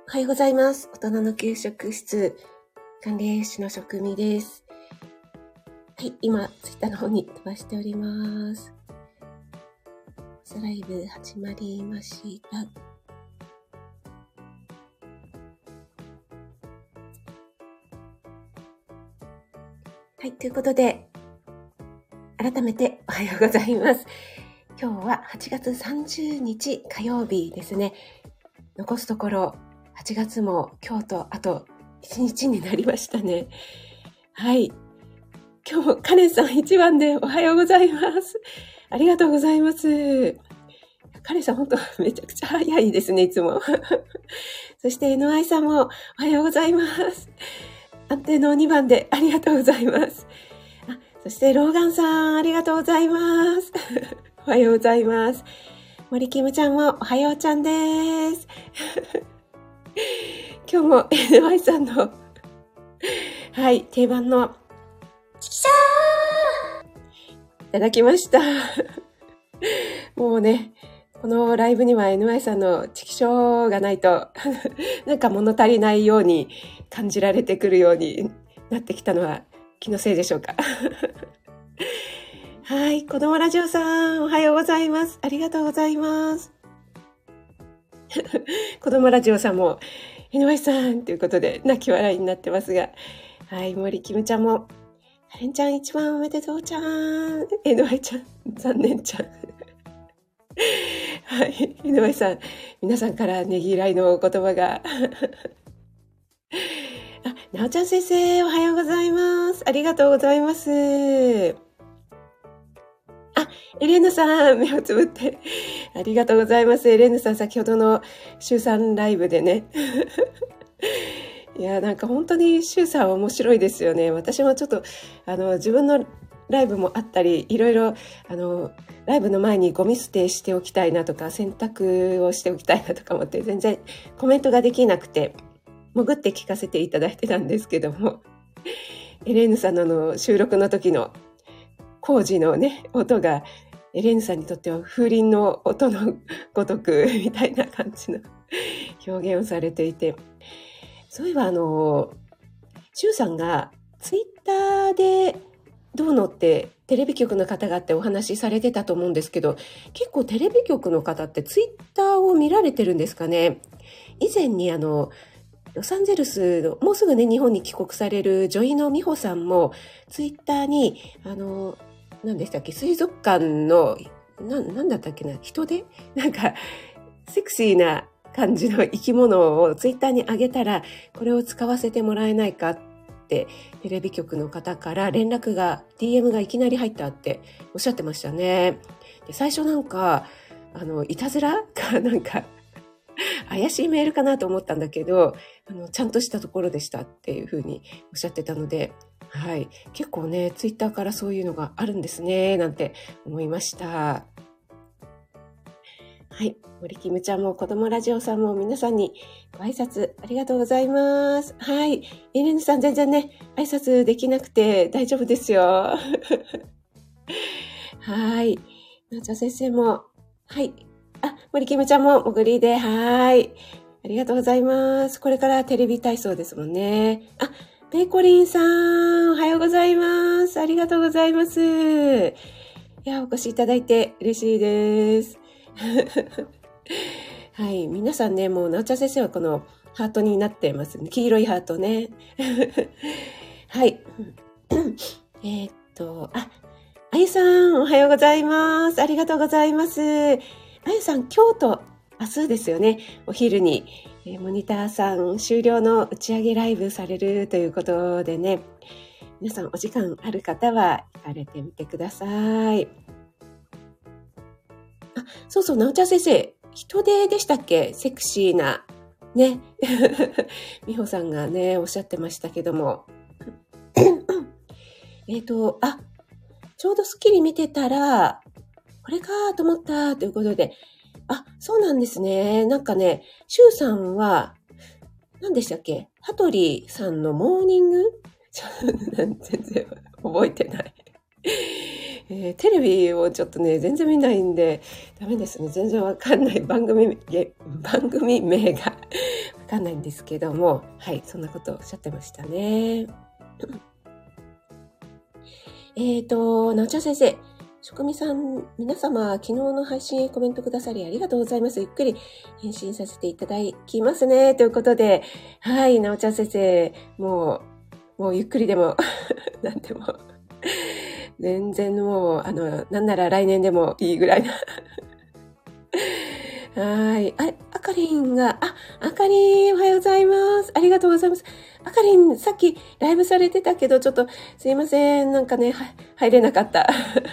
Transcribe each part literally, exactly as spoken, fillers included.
おはようございます。大人の給食室管理栄養士の職味です。はい、今ツイッターの方に飛ばしております。ライブ始まりました。はい、ということで改めておはようございます。今日ははちがつさんじゅうにち火曜日ですね。残すところはちがつも今日とあといちにちになりましたね。はい。今日もカレンさん一番でおはようございます。ありがとうございます。カレンさん本当めちゃくちゃ早いですね、いつも。そして エヌアイ さんもおはようございます。安定のにばんでありがとうございます。あ、そしてローガンさんありがとうございます。おはようございます。森キムちゃんもおはようちゃんです。今日も エヌアイ さんのはい定番のチキシャーいただきました。もうねこのライブには エヌアイ さんのチキショーがないとなんか物足りないように感じられてくるようになってきたのは気のせいでしょうか。はい、子供ラジオさんおはようございます。ありがとうございます。子供ラジオさんも エヌアイ さんということで泣き笑いになってますが、はい、森キムちゃんもカレンちゃん一番おめでとうちゃん、 エヌアイ ちゃん残念ちゃんはい、エヌアイ さん皆さんからねぎらいのお言葉があ、なおちゃん先生おはようございます。ありがとうございます。あ、エレーヌさん目をつぶってありがとうございます。エレーヌさん先ほどの週さんライブでねいやなんか本当に週さん面白いですよね。私もちょっとあの自分のライブもあったりいろいろあのライブの前にゴミ捨てしておきたいなとか洗濯をしておきたいなとか思って全然コメントができなくて潜って聞かせていただいてたんですけども、エレーヌさんのの収録の時の工事のね音がエレーヌさんにとっては風鈴の音のごとくみたいな感じの表現をされていて、そういえばあのシュウさんがツイッターでどうのってテレビ局の方がってお話しされてたと思うんですけど、結構テレビ局の方ってツイッターを見られてるんですかね。以前にあのロサンゼルスのもうすぐね日本に帰国される女医の美穂さんもツイッターにあの何でしたっけ、水族館のななんだったっけな、人でなんかセクシーな感じの生き物をツイッターに上げたらこれを使わせてもらえないかってテレビ局の方から連絡が ディーエム がいきなり入ったっておっしゃってましたね。で最初なんかあのいたずらかなんか怪しいメールかなと思ったんだけどあのちゃんとしたところでしたっていうふうにおっしゃってたので、はい、結構ねツイッターからそういうのがあるんですねなんて思いました。はい、森キムちゃんも子供ラジオさんも皆さんにご挨拶ありがとうございます。はい、エレンさん全然ね挨拶できなくて大丈夫ですよ。はい、なおちゃん先生もはい、あ、森キムちゃんも潜りで、はい、ありがとうございます。これからテレビ体操ですもんね。あ、ペイコリンさんおはようございます。ありがとうございます。いやお越しいただいて嬉しいですはい、皆さんねもうなおちゃん先生はこのハートになってますね。黄色いハートねはいえーっとああゆさんおはようございます。ありがとうございます。あゆさん今日と明日ですよね。お昼に、えー、モニターさん終了の打ち上げライブされるということでね、皆さんお時間ある方は行かれてみてください。あ、そうそう、なおちゃん先生人手でしたっけ、セクシーなね美穂さんがねおっしゃってましたけどもえっとあちょうどスッキリ見てたらこれかと思ったということで、あ、そうなんですね。なんかねシュウさんは何でしたっけ、羽鳥さんのモーニング全然覚えてないえー、テレビをちょっとね全然見ないんでダメですね。全然わかんない番組番組名がわかかんないんですけども、はい、そんなことをおっしゃってましたね。えっと、なおちゃん先生、しょくみさん、皆様、昨日の配信へコメントくださりありがとうございます。ゆっくり返信させていただきますね。ということで、はい、なおちゃん先生、もう、もうゆっくりでも、なんでも、全然もう、あの、なんなら来年でもいいぐらいな。はい。あ、あかりんが、あ、あかりん、おはようございます。ありがとうございます。あかりん、さっきライブされてたけど、ちょっとすいません。なんかね、は入れなかった。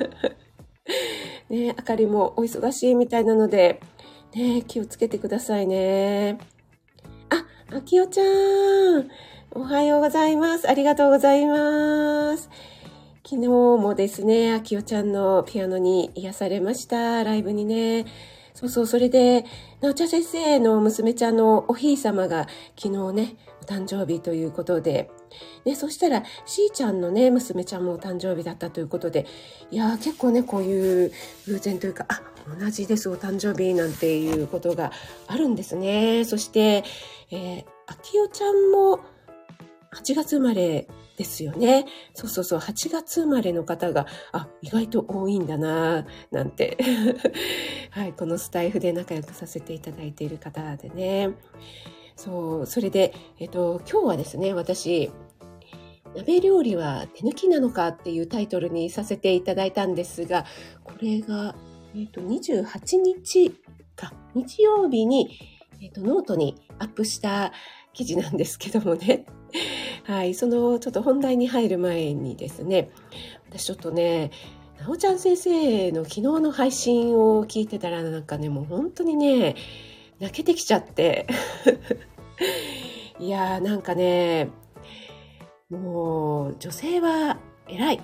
ね、あかりんもお忙しいみたいなので、ね、気をつけてくださいね。あ、あきおちゃん、おはようございます。ありがとうございます。昨日もですね、あきおちゃんのピアノに癒されました。ライブにね。そうそう、それで、なおちゃん先生の娘ちゃんのおひいさまが昨日ね、お誕生日ということで、ね、そしたら、しーちゃんのね、娘ちゃんもお誕生日だったということで、いやー結構ね、こういう偶然というか、あ、同じです、お誕生日なんていうことがあるんですね。そして、えー、あきおちゃんもはちがつ生まれですよね。そうそうそう、はちがつ生まれの方が、あ、意外と多いんだな、なんて。はい、このスタイフで仲良くさせていただいている方でね。そう、それで、えっと、今日はですね、私、鍋料理は手抜きなのかっていうタイトルにさせていただいたんですが、これが、えっと、にじゅうはちにちか、日曜日に、えっと、ノートにアップした記事なんですけどもね。はい、そのちょっと本題に入る前にですね、私ちょっとね、なおちゃん先生の昨日の配信を聞いてたらなんかね、もう本当にね、泣けてきちゃって。いやーなんかね、もう女性は偉い。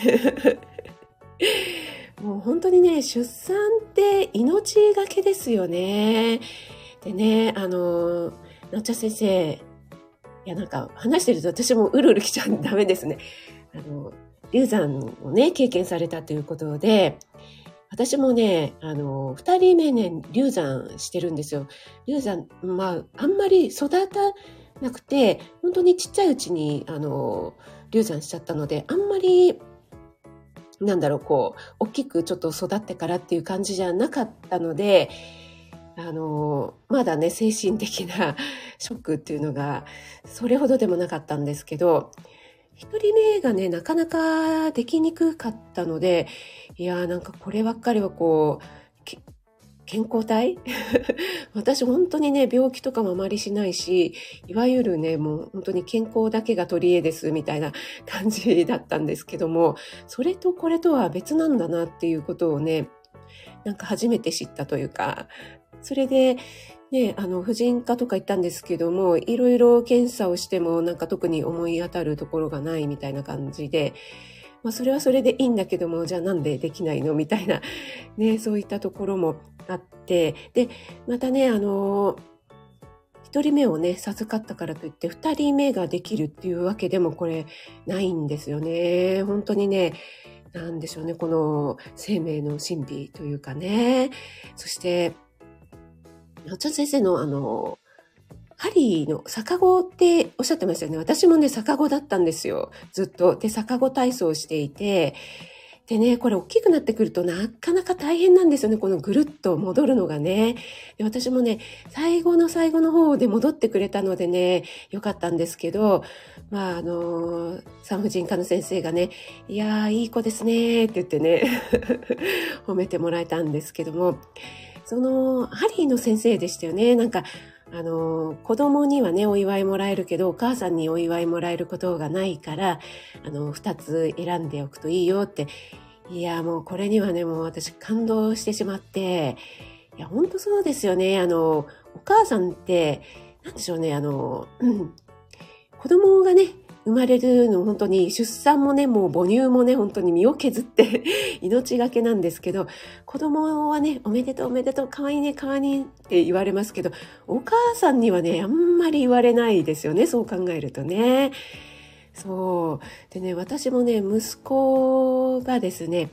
もう本当にね、出産って命がけですよね。でね、あの、なおちゃん先生、いやなんか話してると私もうるうる来ちゃダメですね。あの、流産をね、経験されたということで、私もね、あの、二人目ね、流産してるんですよ。流産、まあ、あんまり育たなくて、本当にちっちゃいうちに、あの、流産しちゃったので、あんまり、なんだろう、こう、大きくちょっと育ってからっていう感じじゃなかったので、あの、まだね、精神的なショックっていうのが、それほどでもなかったんですけど、一人目がね、なかなかできにくかったので、いやーなんかこればっかりはこう、健康体私本当にね、病気とかもあまりしないし、いわゆるね、もう本当に健康だけが取り柄ですみたいな感じだったんですけども、それとこれとは別なんだなっていうことをね、なんか初めて知ったというか、それで、ね、あの、婦人科とか行ったんですけども、いろいろ検査をしても、なんか特に思い当たるところがないみたいな感じで、まあ、それはそれでいいんだけども、じゃあなんでできないのみたいな、ね、そういったところもあって、で、またね、あの、一人目をね、授かったからといって、二人目ができるっていうわけでもこれないんですよね。本当にね、なんでしょうね、この生命の神秘というかね。そして、なおちゃん先生のあの、針の逆子っておっしゃってましたよね。私もね、逆子だったんですよ。ずっと。で、逆子体操をしていて、でね、これ大きくなってくるとなかなか大変なんですよね。このぐるっと戻るのがね。で、私もね、最後の最後の方で戻ってくれたのでね、よかったんですけど、まあ、あの、産婦人科の先生がね、いやー、いい子ですねって言ってね、褒めてもらえたんですけども、その、ハリーの先生でしたよね。なんか、あの、子供にはね、お祝いもらえるけど、お母さんにお祝いもらえることがないから、あの、二つ選んでおくといいよって。いや、もうこれにはね、もう私感動してしまって、いや、ほんとそうですよね。あの、お母さんって、なんでしょうね、あの、うん、子供がね、生まれるの本当に出産もね、もう母乳もね、本当に身を削って命がけなんですけど、子供はね、おめでとうおめでとう、かわいいね、かわいいねって言われますけど、お母さんにはね、あんまり言われないですよね、そう考えるとね。そう。でね、私もね、息子がですね、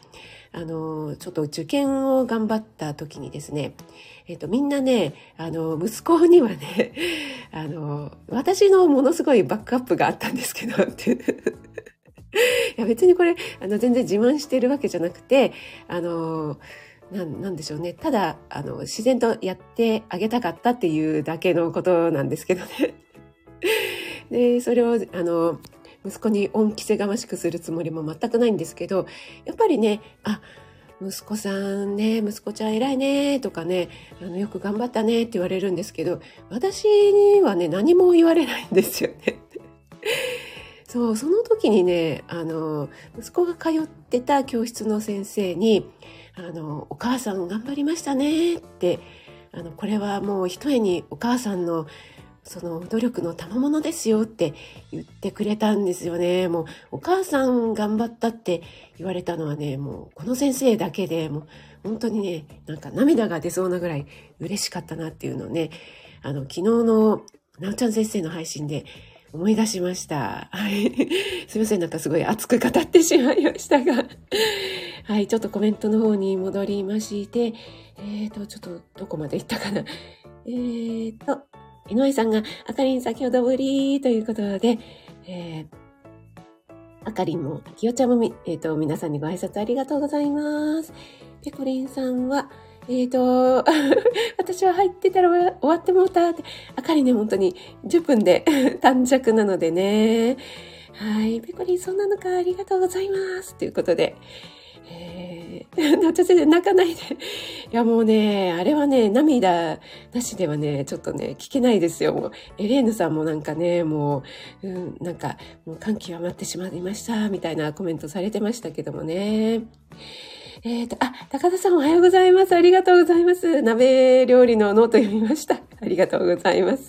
あの、ちょっと受験を頑張った時にですね、えっと、みんなね、あの、息子にはね、あの、私のものすごいバックアップがあったんですけど、っていや別にこれ、あの、全然自慢してるわけじゃなくて、あの、なん、なんでしょうね。ただ、あの、自然とやってあげたかったっていうだけのことなんですけどね。で、それを、あの、息子に恩着せがましくするつもりも全くないんですけど、やっぱりね、あ、息子さんね、息子ちゃん偉いね、とかね、あの、よく頑張ったねって言われるんですけど、私にはね、何も言われないんですよね。そう、その時にね、あの、息子が通ってた教室の先生に、あの、お母さん頑張りましたねって、あの、これはもう一重にお母さんのその努力の賜物ですよって言ってくれたんですよね。もうお母さん頑張ったって言われたのはね、もうこの先生だけでもう本当にね、なんか涙が出そうなぐらい嬉しかったなっていうのをね、あの、昨日のなおちゃん先生の配信で思い出しました。はい。すいません。なんかすごい熱く語ってしまいましたが。はい。ちょっとコメントの方に戻りまして、えーと、ちょっとどこまで行ったかな。えーと、井上さんが、あかりん先ほどぶりということで、えー、あかりんも、きよちゃんもみ、えーと、皆さんにご挨拶ありがとうございます。ペコリンさんは、えーと、私は入ってたら終わってもうたって、あかりね、本当にじゅっぷんで短尺なのでね。はい、ペコリンそんなのかありがとうございます。ということで、えー、なっちゃ先生泣かないで。いやもうね、あれはね、涙なしではね、ちょっとね、聞けないですよ。もうエレーヌさんもなんかね、もう、うん、なんか、もう感極まってしまいました、みたいなコメントされてましたけどもね。えっと、あ、高田さんおはようございます。ありがとうございます。鍋料理のノート読みました。ありがとうございます。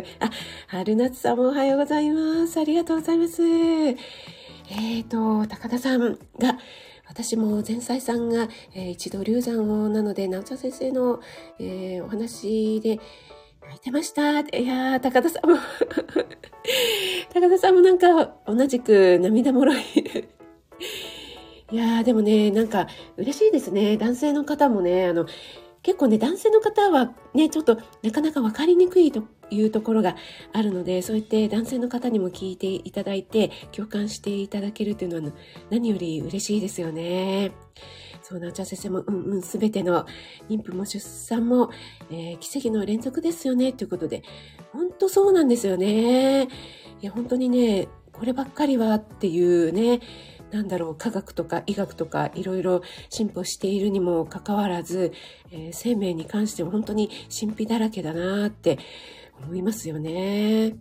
あ、春夏さんもおはようございます。ありがとうございます。えっと、高田さんが、私も前妻さんが、えー、一度流産をなので、なおちゃん先生の、えー、お話で泣いてました。いやー、高田さんも、高田さんもなんか同じく涙もろい。いやーでもね、なんか嬉しいですね。男性の方もね、あの、結構ね、男性の方はね、ちょっとなかなか分かりにくいというところがあるので、そうやって男性の方にも聞いていただいて、共感していただけるというのは何より嬉しいですよね。そう、なおちゃん先生も、うんうん、すべての妊婦も出産も、えー、奇跡の連続ですよね、ということで、本当そうなんですよね。いや、本当にね、こればっかりはっていうね、なんだろう、科学とか医学とかいろいろ進歩しているにもかかわらず、えー、生命に関しては本当に神秘だらけだなって思いますよね。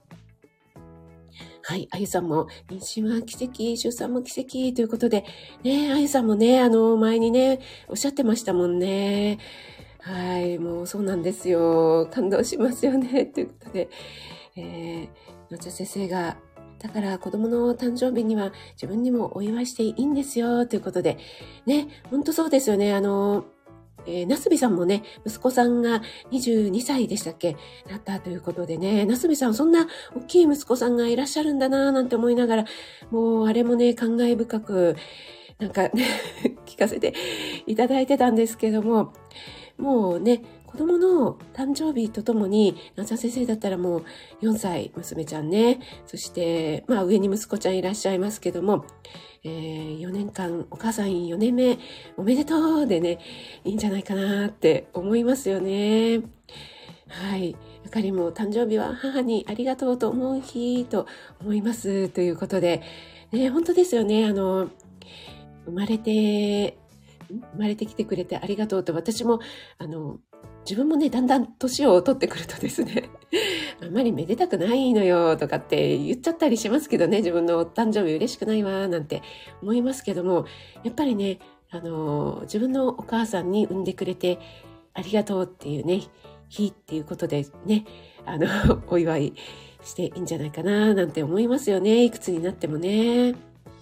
はい、あゆさんも妊娠は奇跡、出産も奇跡ということで、ね、あゆさんもね、あの、前にね、おっしゃってましたもんね。はい、もうそうなんですよ。感動しますよね。ということで、えー、のちゃ先生が、だから子供の誕生日には自分にもお祝いしていいんですよ、ということで。ね、ほんとそうですよね。あの、えー、なすびさんもね、息子さんがにじゅうにさいでしたっけだったということでね、なすびさんそんな大きい息子さんがいらっしゃるんだなぁなんて思いながら、もうあれもね、感慨深く、なんかね、聞かせていただいてたんですけども、もうね、子供の誕生日とともに、なおちゃん先生だったらもうよんさい娘ちゃんね、そしてまあ上に息子ちゃんいらっしゃいますけども、えー、よねんかんお母さんよねんめおめでとうでね、いいんじゃないかなって思いますよね。はい。あかりも誕生日は母にありがとうと思う日と思いますということで、ね、本当ですよね。あの、生まれて、生まれてきてくれてありがとうと、私も、あの、自分もね、だんだん年を取ってくるとですね、あんまりめでたくないのよとかって言っちゃったりしますけどね、自分のお誕生日嬉しくないわなんて思いますけども、やっぱりね、あの、自分のお母さんに産んでくれてありがとうっていうね、日っていうことでね、あの、お祝いしていいんじゃないかななんて思いますよね、いくつになってもね。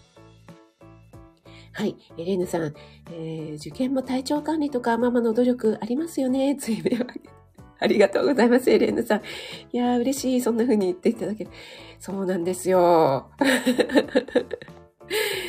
はい。エレーヌさん、えー、受験も体調管理とかママの努力ありますよね。ついめは。ありがとうございます、エレーヌさん。いやー、嬉しい。そんな風に言っていただける。そうなんですよ。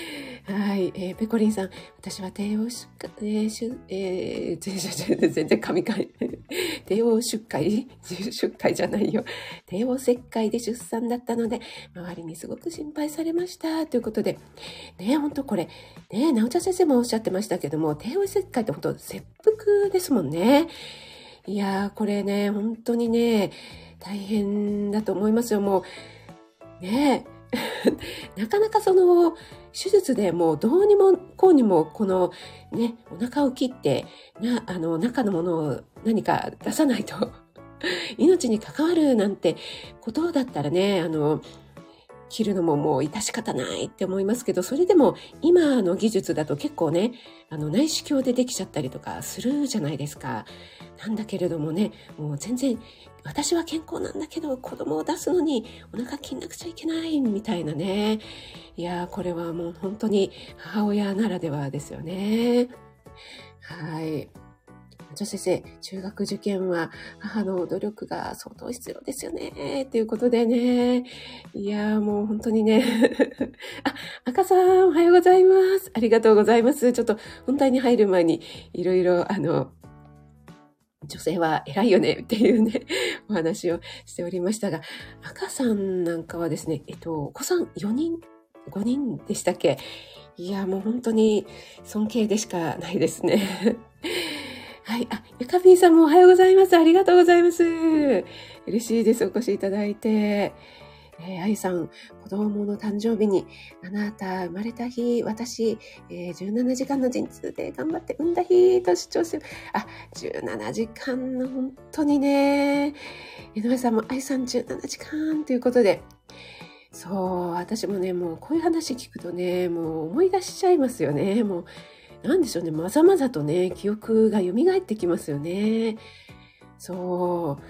はい、えー、ペコリンさん、私は帝王出荷、えーしゅえー、全然神回。帝王出荷出荷じゃないよ。帝王切開で出産だったので、周りにすごく心配されました。ということで、ね、本当これ、ね、なおちゃん先生もおっしゃってましたけども、帝王切開って本当切腹ですもんね。いやー、これね、本当にね、大変だと思いますよ。もう、ねなかなかその手術でもうどうにもこうにもこのねお腹を切ってなあの中のものを何か出さないと命に関わるなんてことだったらねあの切るのももう致し方ないって思いますけど、それでも今の技術だと結構ねあの内視鏡でできちゃったりとかするじゃないですか。なんだけれどもね、もう全然私は健康なんだけど子供を出すのにお腹切んなくちゃいけないみたいなね。いやーこれはもう本当に母親ならではですよね。はい。じゃあ先生、中学受験は母の努力が相当必要ですよね。ということでね。いやーもう本当にね。あ、赤さんおはようございます。ありがとうございます。ちょっと本題に入る前にいろいろあの、女性は偉いよねっていうね、お話をしておりましたが、赤さんなんかはですね、えっと、お子さんよにん、ごにんでしたっけ？いや、もう本当に尊敬でしかないですね。はい。あ、ゆかぴーさんもおはようございます。ありがとうございます。嬉しいです。お越しいただいて。えー、あゆさん、子供の誕生日に、あなた生まれた日、私、えー、じゅうななじかんの陣痛で頑張って産んだ日と主張して、あ、じゅうななじかんの本当にね、井上さんもあゆさんじゅうななじかんということで、そう、私もね、もうこういう話聞くとね、もう思い出しちゃいますよね。もう、なんでしょうね、まざまざとね、記憶が蘇ってきますよね。そう、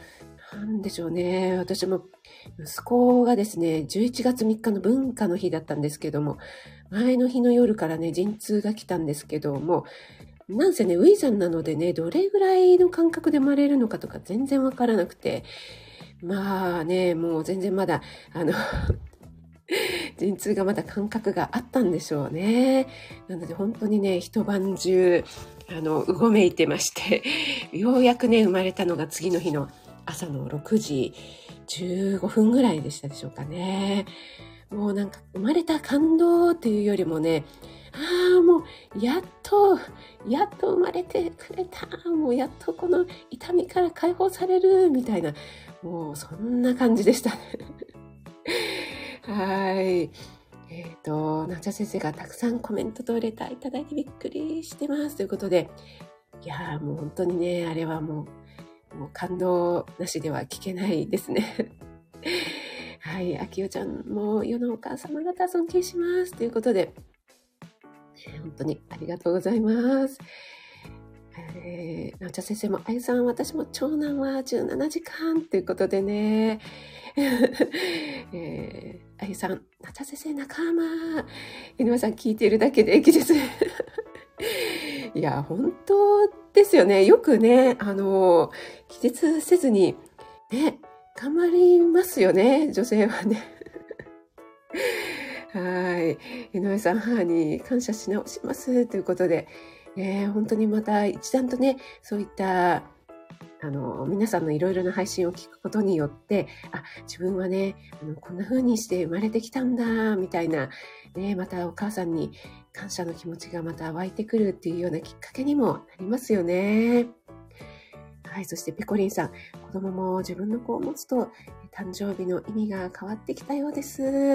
なんでしょうね、私も、息子がですね、じゅういちがつみっかの文化の日だったんですけども、前の日の夜からね、陣痛が来たんですけども、なんせね、ウィザンなのでね、どれぐらいの感覚で生まれるのかとか全然わからなくて、まあね、もう全然まだ、あの、陣痛がまだ感覚があったんでしょうね。なので本当にね、一晩中、あの、うごめいてまして、ようやくね、生まれたのが次の日の朝のろくじじゅうごふんぐらいでしたでしょうかね。もうなんか生まれた感動っていうよりもね、ああ、もうやっと、やっと生まれてくれた。もうやっとこの痛みから解放されるみたいな、もうそんな感じでしたね。はい。えっと、なちゃ先生がたくさんコメントとレターいただいてびっくりしてますということで、いやーもう本当にね、あれはもう、もう感動なしでは聞けないですね。はい、あきおちゃんも世のお母様方尊敬しますということで、本当にありがとうございます。えー、なおちゃん先生も、あゆさん、私も長男はじゅうななじかんということでね、えー、あゆさん、なおちゃん先生仲間、井上さん聞いているだけで気絶。いや、本当ですよね。よくね、あの、気絶せずに、ね、頑張りますよね、女性はね。はい。井上さん、母に感謝し直しますということで、ね、本当にまた一段とね、そういったあの皆さんのいろいろな配信を聞くことによって、あ、自分はね、あのこんな風にして生まれてきたんだみたいな、ね、またお母さんに感謝の気持ちがまた湧いてくるっていうようなきっかけにもなりますよね。はい、そしてペコリンさん、子供も自分の子を持つと誕生日の意味が変わってきたようです。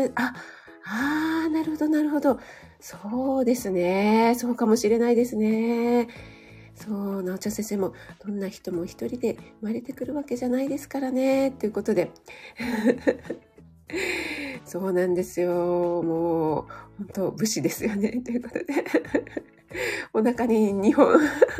あ、あー、なるほどなるほど。そうですね。そうかもしれないですね。そう、なおちゃん先生も、どんな人も一人で生まれてくるわけじゃないですからね。ということで。そうなんですよ。もう、本当武士ですよね。ということで。お腹ににほん。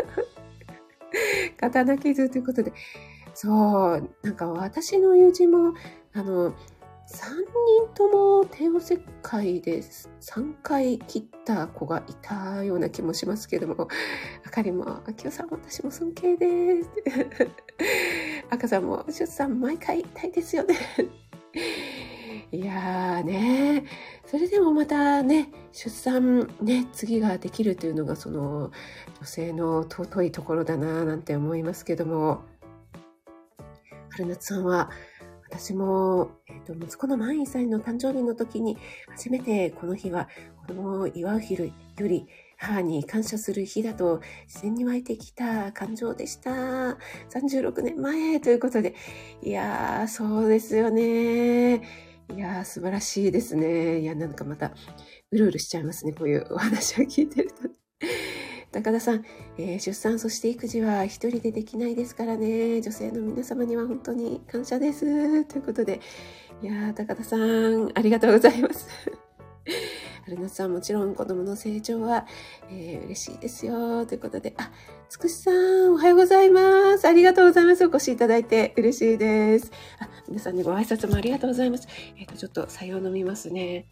刀傷ということで。そう、なんか私の友人も、あの、さんにんとも帝王切開でさんかい切った子がいたような気もしますけども、あかりも、あきおさんも私も尊敬です。あかさんも、しゅつさん毎回痛いですよね。いやーね、 それでもまたね、出産ね、次ができるというのがその女性の尊いところだななんて思いますけども、春夏さんは、私も、えーと、息子の満いっさいの誕生日の時に初めてこの日は子供を祝う日より母に感謝する日だと自然に湧いてきた感情でした。さんじゅうろくねんまえということで、いやー、そうですよね。いやー、素晴らしいですね。いや、なんかまたうるうるしちゃいますね。こういうお話を聞いてると。高田さん、えー、出産そして育児は一人でできないですからね。女性の皆様には本当に感謝です。ということで、いやー、高田さん、ありがとうございます。春夏さん、もちろん子供の成長は、えー、嬉しいですよ。ということで、あ、つくしさん、おはようございます。ありがとうございます。お越しいただいて嬉しいです。あ、皆さんにご挨拶もありがとうございます。えっと、ちょっと、さよう飲みますね。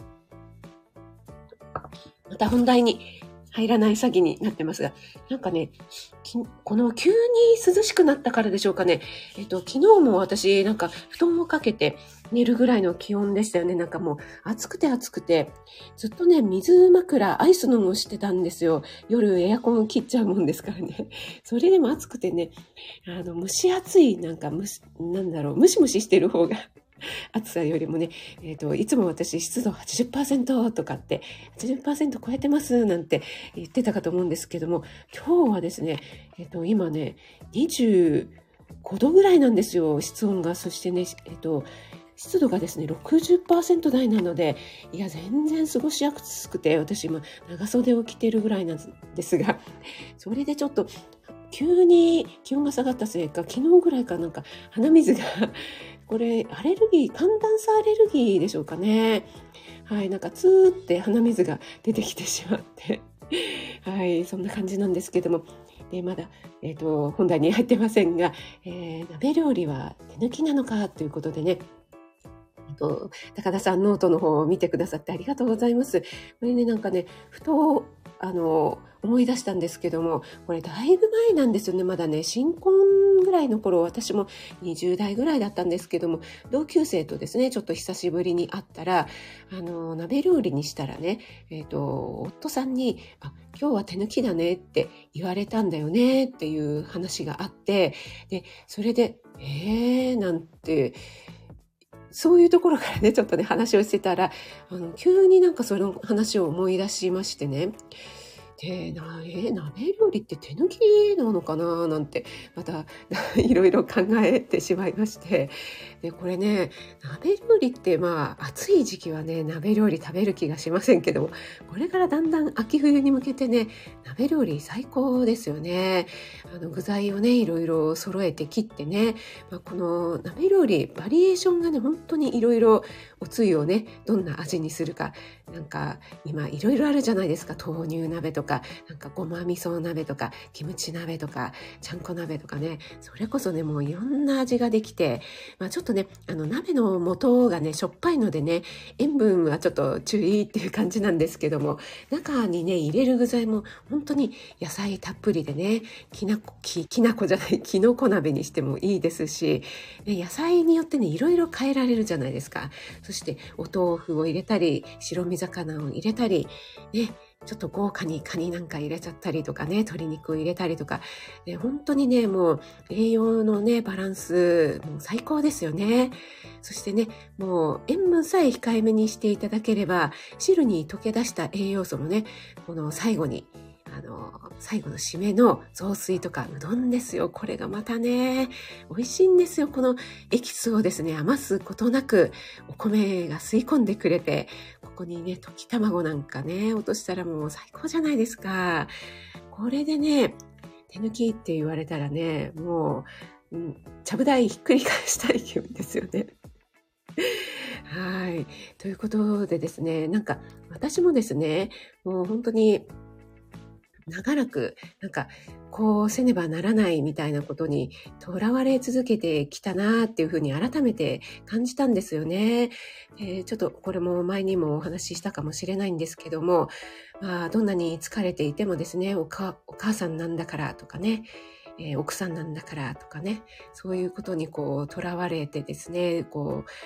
また本題に入らない詐欺になってますが、なんかね、この急に涼しくなったからでしょうかね。えっと、昨日も私、なんか布団をかけて寝るぐらいの気温でしたよね。なんかもう暑くて暑くて、ずっとね、水枕、アイスのもしてたんですよ。夜エアコン切っちゃうもんですからね。それでも暑くてね、あの、蒸し暑い、なんかむし、なんだろう、ムシムシしてる方が、暑さよりもね、えっと、いつも私湿度 はちじゅっパーセント とかって、はちじゅっパーセント 超えてますなんて言ってたかと思うんですけども、今日はですね、えっと、今ね、にじゅうごどぐらいなんですよ、室温が。そしてね、えっと、湿度がですね、ろくじゅっパーセント 台なので、いや、全然過ごしやすくて、私今、長袖を着てるぐらいなんですが、それでちょっと、急に気温が下がったせいか、昨日ぐらいからなんか鼻水がこれ、アレルギー、寒暖差アレルギーでしょうかね。はい、なんかツーって鼻水が出てきてしまって。はい、そんな感じなんですけども。で、まだ、えっと、本題に入ってませんが、えー、鍋料理は手抜きなのかということでね。えっと、高田さんノートの方を見てくださってありがとうございます。これね、なんかね、ふと、あの、思い出したんですけども、これだいぶ前なんですよね。まだね、新婚ぐらいの頃、私もにじゅう代ぐらいだったんですけども、同級生とですね、ちょっと久しぶりに会ったら、あの、鍋料理にしたらね、えっと、夫さんに、あ、今日は手抜きだねって言われたんだよねっていう話があって、で、それで、えーなんて、そういうところからね、ちょっとね、話をしてたら、あの、急になんかその話を思い出しましてね。で、な、えー鍋料理って手抜きなのかななんて、また、いろいろ考えてしまいまして。で、これね、鍋料理って、まあ、暑い時期はね、鍋料理食べる気がしませんけども、これからだんだん秋冬に向けてね、鍋料理最高ですよね。あの、具材をね、いろいろ揃えて切ってね、まあ、この鍋料理、バリエーションがね、本当にいろいろおつゆをね、どんな味にするか、なんか、今いろいろあるじゃないですか。豆乳鍋とか、なんかごま味噌鍋とか、キムチ鍋とか、ちゃんこ鍋とかね、それこそね、もういろんな味ができて、まあちょっとね、あの鍋の素がね、しょっぱいのでね、塩分はちょっと注意っていう感じなんですけども、中にね、入れる具材も本当に野菜たっぷりでね、きなこ、き、きなこじゃない、きのこ鍋にしてもいいですし、ね、野菜によってね、いろいろ変えられるじゃないですか。そしてお豆腐を入れたり、白身魚を入れたり、ね、ちょっと豪華にカニなんか入れちゃったりとかね、鶏肉を入れたりとか、ね、本当にね、もう栄養のね、バランス、もう最高ですよね。そしてね、もう塩分さえ控えめにしていただければ、汁に溶け出した栄養素もね、この最後に、あの、最後の締めの雑炊とかうどんですよ。これがまたね、美味しいんですよ。このエキスをですね、余すことなくお米が吸い込んでくれて、ここにね、溶き卵なんかね、落としたらもう最高じゃないですか。これでね、手抜きって言われたらね、もう、うん、ちゃぶ台ひっくり返したい気分ですよね。はい。ということでですね、なんか私もですね、もう本当に長らく、なんか、こうせねばならないみたいなことにとらわれ続けてきたなっていうふうに改めて感じたんですよね。えー、ちょっとこれも前にもお話ししたかもしれないんですけども、まあ、どんなに疲れていてもですね、おか、お母さんなんだからとかね、えー、奥さんなんだからとかね、そういうことにこうとらわれてですね、こう、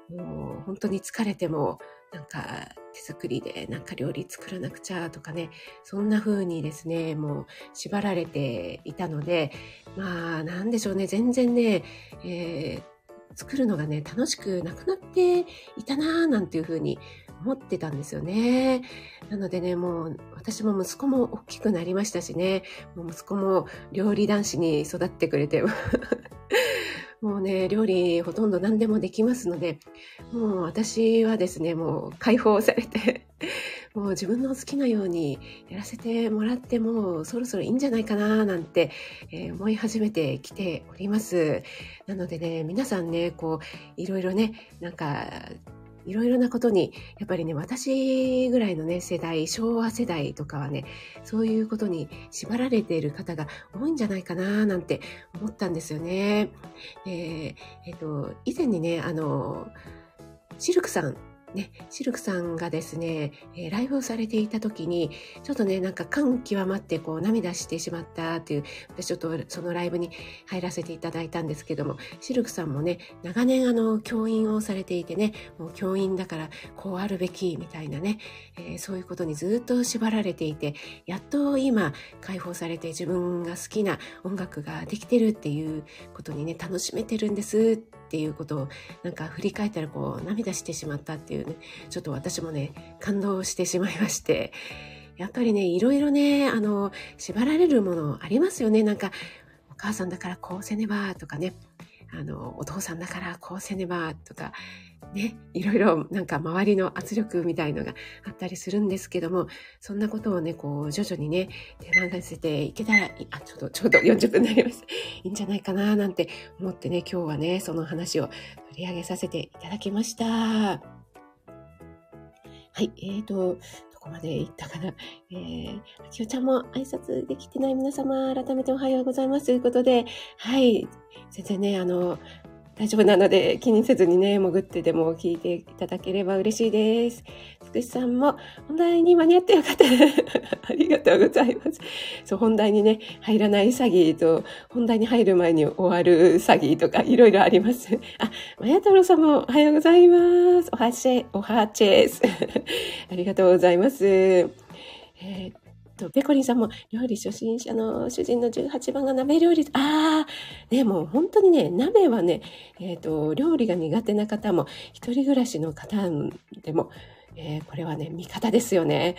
もう本当に疲れても、なんか手作りでなんか料理作らなくちゃとかね、そんな風にですね、もう縛られていたので、まあなんでしょうね、全然ね、えー作るのがね、楽しくなくなっていたなぁなんていう風に思ってたんですよね。なのでね、もう私も息子も大きくなりましたしね、もう息子も料理男子に育ってくれて、もうね、料理ほとんど何でもできますので、もう私はですね、もう解放されて、もう自分の好きなようにやらせてもらってもそろそろいいんじゃないかななんて、えー思い始めてきております。なのでね、皆さんね、こう、いろいろね、なんか、いろいろなことに、やっぱりね、私ぐらいのね、世代、昭和世代とかはね、そういうことに縛られている方が多いんじゃないかななんて思ったんですよね。えーえっと、以前にね、あの、シルクさん、ね、シルクさんがですね、えーライブをされていた時に、ちょっとね、なんか感極まってこう涙してしまったっていう、私ちょっとそのライブに入らせていただいたんですけども、シルクさんもね、長年あの、教員をされていてね、もう教員だからこうあるべきみたいなね、えーそういうことにずっと縛られていて、やっと今解放されて自分が好きな音楽ができてるっていうことにね、楽しめてるんですっていうことをなんか振り返ったらこう涙してしまったっていうね、ちょっと私もね、感動してしまいまして、やっぱりね、いろいろね、あの、縛られるものありますよね。なんか、お母さんだからこうせねばとかね、あの、お父さんだからこうせねばとか、ね、いろいろなんか周りの圧力みたいのがあったりするんですけども、そんなことをね、こう、徐々にね、手放せていけたらいい、あ、ちょうど、ちょうどよんじゅっぷんになりました。いいんじゃないかな、なんて思ってね、今日はね、その話を取り上げさせていただきました。はい、えーと、どこまで行ったかな。えー、きよちゃんも挨拶できてない皆様、改めておはようございますということで、はい、全然ね、あの、大丈夫なので気にせずにね、潜ってでも聞いていただければ嬉しいです。つくしさんも本題に間に合ってよかった。ありがとうございます。そう、本題にね、入らない詐欺と、本題に入る前に終わる詐欺とかいろいろあります。あ、まや太郎さんもおはようございます。おはチェ、おはチェス。ありがとうございます。えーと、ペコリンさんも料理初心者の主人のじゅうはちばんが鍋料理。ああ、ね、もう本当にね、鍋はね、えっと、料理が苦手な方も、一人暮らしの方でも、えーこれはね、味方ですよね。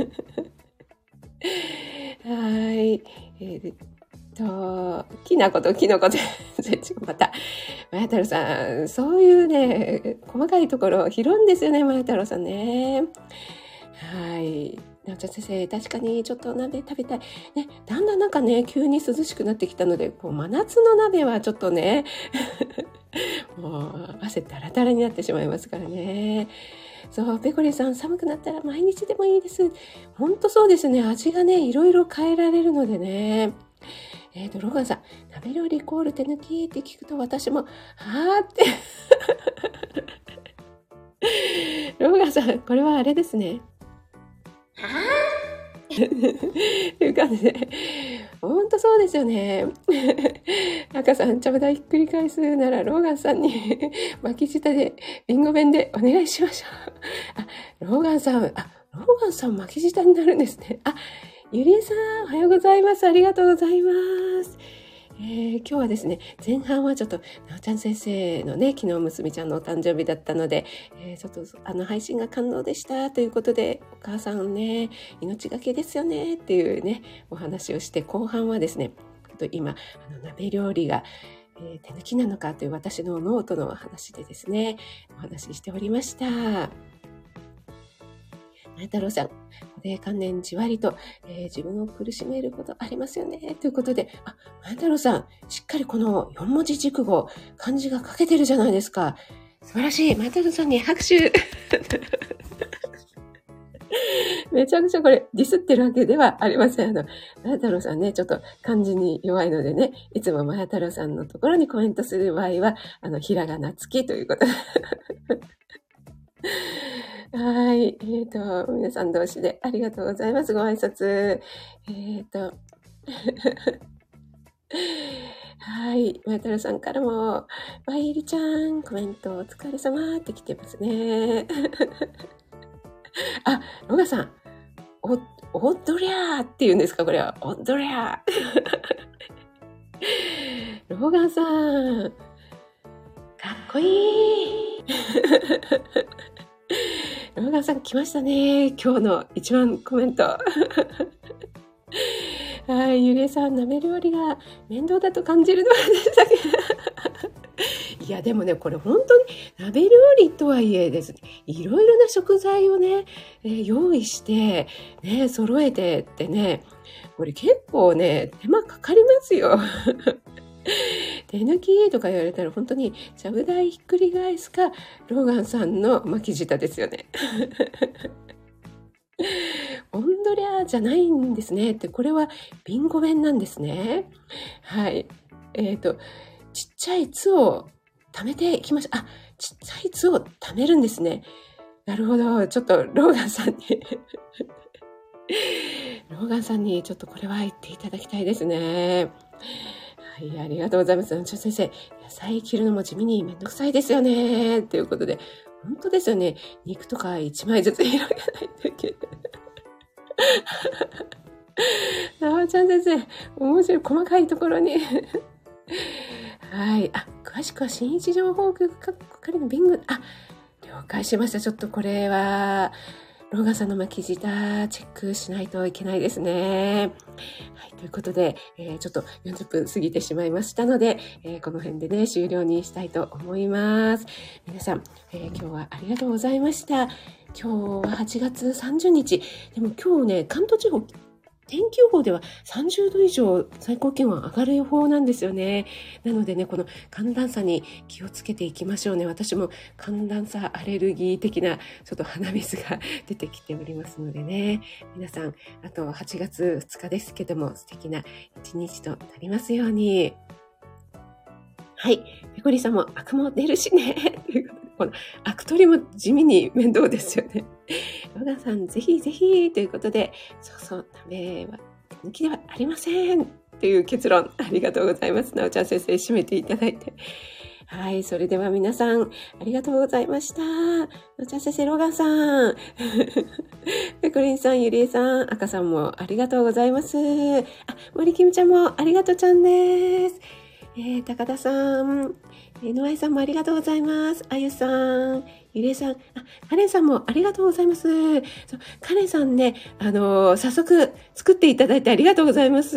はい。えーっと、きなこときのこ全然違う。また、まや太郎さん、そういうね、細かいところを拾うんですよね、まや太郎さんね。はい。なおちゃん先生、確かにちょっと鍋食べたい。ね、だんだんなんかね、急に涼しくなってきたので、こう、真夏の鍋はちょっとね、もう汗だらだらになってしまいますからね。そう、ペコリさん、寒くなったら毎日でもいいです。ほんとそうですね。味がね、いろいろ変えられるのでね。えっ、と、ロガンさん、鍋料理イコール手抜きって聞くと私も、はーって。ロガンさん、これはあれですね。という感じで、ほんとそうですよね。赤さん、ちゃぶ台ひっくり返すなら、ローガンさんに巻き舌で、リンゴ弁でお願いしましょう。あ、ローガンさん、あ、ローガンさん巻き舌になるんですね。あ、ゆりえさん、おはようございます。ありがとうございます。えー今日はですね、前半はちょっと、なおちゃん先生のね、昨日娘ちゃんのお誕生日だったので、えーちょっとあの配信が感動でしたということで、お母さんね、命がけですよねっていうね、お話をして、後半はですね、ちょっと今、あの鍋料理が、えー手抜きなのかという私のノートの話でですね、お話ししておりました。前太郎さん、固定観念じわりと、えー自分を苦しめることありますよね。ということで、あ、前太郎さん、しっかりこのよん文字熟語、漢字が書けてるじゃないですか。素晴らしい。前太郎さんに拍手。めちゃくちゃこれディスってるわけではありません。あの、前太郎さんね、ちょっと漢字に弱いのでね、いつも前太郎さんのところにコメントする場合は、あの、ひらがな付きということで。はい。えっ、と、皆さん同士でありがとうございます。ご挨拶。えっ、と、 はい。まや太郎さんからも、ワイルちゃん、コメントお疲れ様って来てますね。あ、ロガさん、お、おどりゃーって言うんですかこれは。おどりゃー。ロガさん、かっこいい。ロガさん来ましたね。今日の一番コメント。はい、ゆりえさん、鍋料理が面倒だと感じるのはでしたけど。いや、でもね、これ本当に鍋料理とはいえですね、いろいろな食材をね、えー用意して、ね、揃えてってね、これ結構ね、手間かかりますよ。手抜きとか言われたら本当にちゃぶ台ひっくり返すか、ローガンさんの巻き舌ですよね。オンドリャーじゃないんですねって、これはビンゴ弁なんですね。はい。えっと、ちっちゃい「つ」を貯めていきましょう。あ、ちっちゃい「つ」を貯めるんですね。なるほど。ちょっとローガンさんにローガンさんにちょっとこれは言っていただきたいですね。はい、ありがとうございます。ちょ先生、野菜切るのも地味にめんどくさいですよね。ということで、本当ですよね。肉とかいちまいずつ広げないといけない。なおちゃん先生、面白い、細かいところに。はい。あ、詳しくは新一情報局係のビング。あ、了解しました。ちょっとこれは、ローガンさんの巻き舌チェックしないといけないですね。はい。ということで、えー、ちょっとよんじゅっぷん過ぎてしまいましたので、えー、この辺でね、終了にしたいと思います。皆さん、えー、今日はありがとうございました。今日ははちがつさんじゅうにち。でも今日ね、関東地方、天気予報ではさんじゅうど以上最高気温上がる予報なんですよね。なのでね、この寒暖差に気をつけていきましょうね。私も寒暖差アレルギー的なちょっと鼻水が出てきておりますのでね。皆さん、あとはちがつふつかですけども素敵な一日となりますように。はい。ペコリさんも悪も出るしね。ということで、この悪取りも地味に面倒ですよね。ロガさん、ぜひぜひということで、そうそう、ダメは手抜きではありません。という結論、ありがとうございます。なおちゃん先生、締めていただいて。はい。それでは皆さん、ありがとうございました。なおちゃん先生、ロガンさん。ペコリンさん、ゆりえさん、赤さんもありがとうございます。あ、森きみちゃんもありがとうちゃんです。えー、高田さん、えー、野井さんもありがとうございます。あゆさん、ゆりえさん、あ、カレンさんもありがとうございます。そう、カレンさんね、あのー、早速作っていただいてありがとうございます。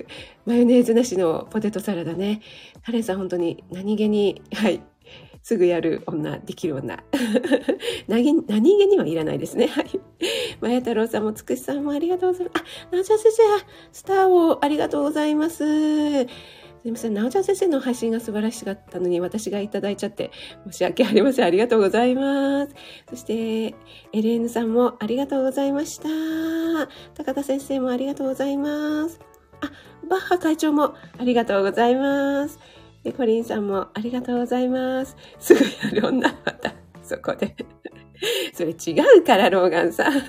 マヨネーズなしのポテトサラダね。カレンさん本当に何気に、はい。すぐやる女、できる女。何、何気にはいらないですね。はい。まや太郎さんもつくしさんもありがとうございます。あ、なおちゃん先生、スターをありがとうございます。すみません。なおちゃん先生の配信が素晴らしかったのに私がいただいちゃって申し訳ありません。ありがとうございます。そして、エルエヌ さんもありがとうございました。高田先生もありがとうございます。あ、バッハ会長もありがとうございます。で、コリンさんもありがとうございます。すぐやる女、また、そこで。それ違うから、ローガンさん。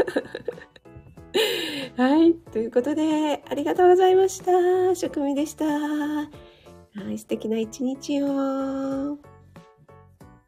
はい。ということで、ありがとうございました。職味でした。はい。素敵な一日を。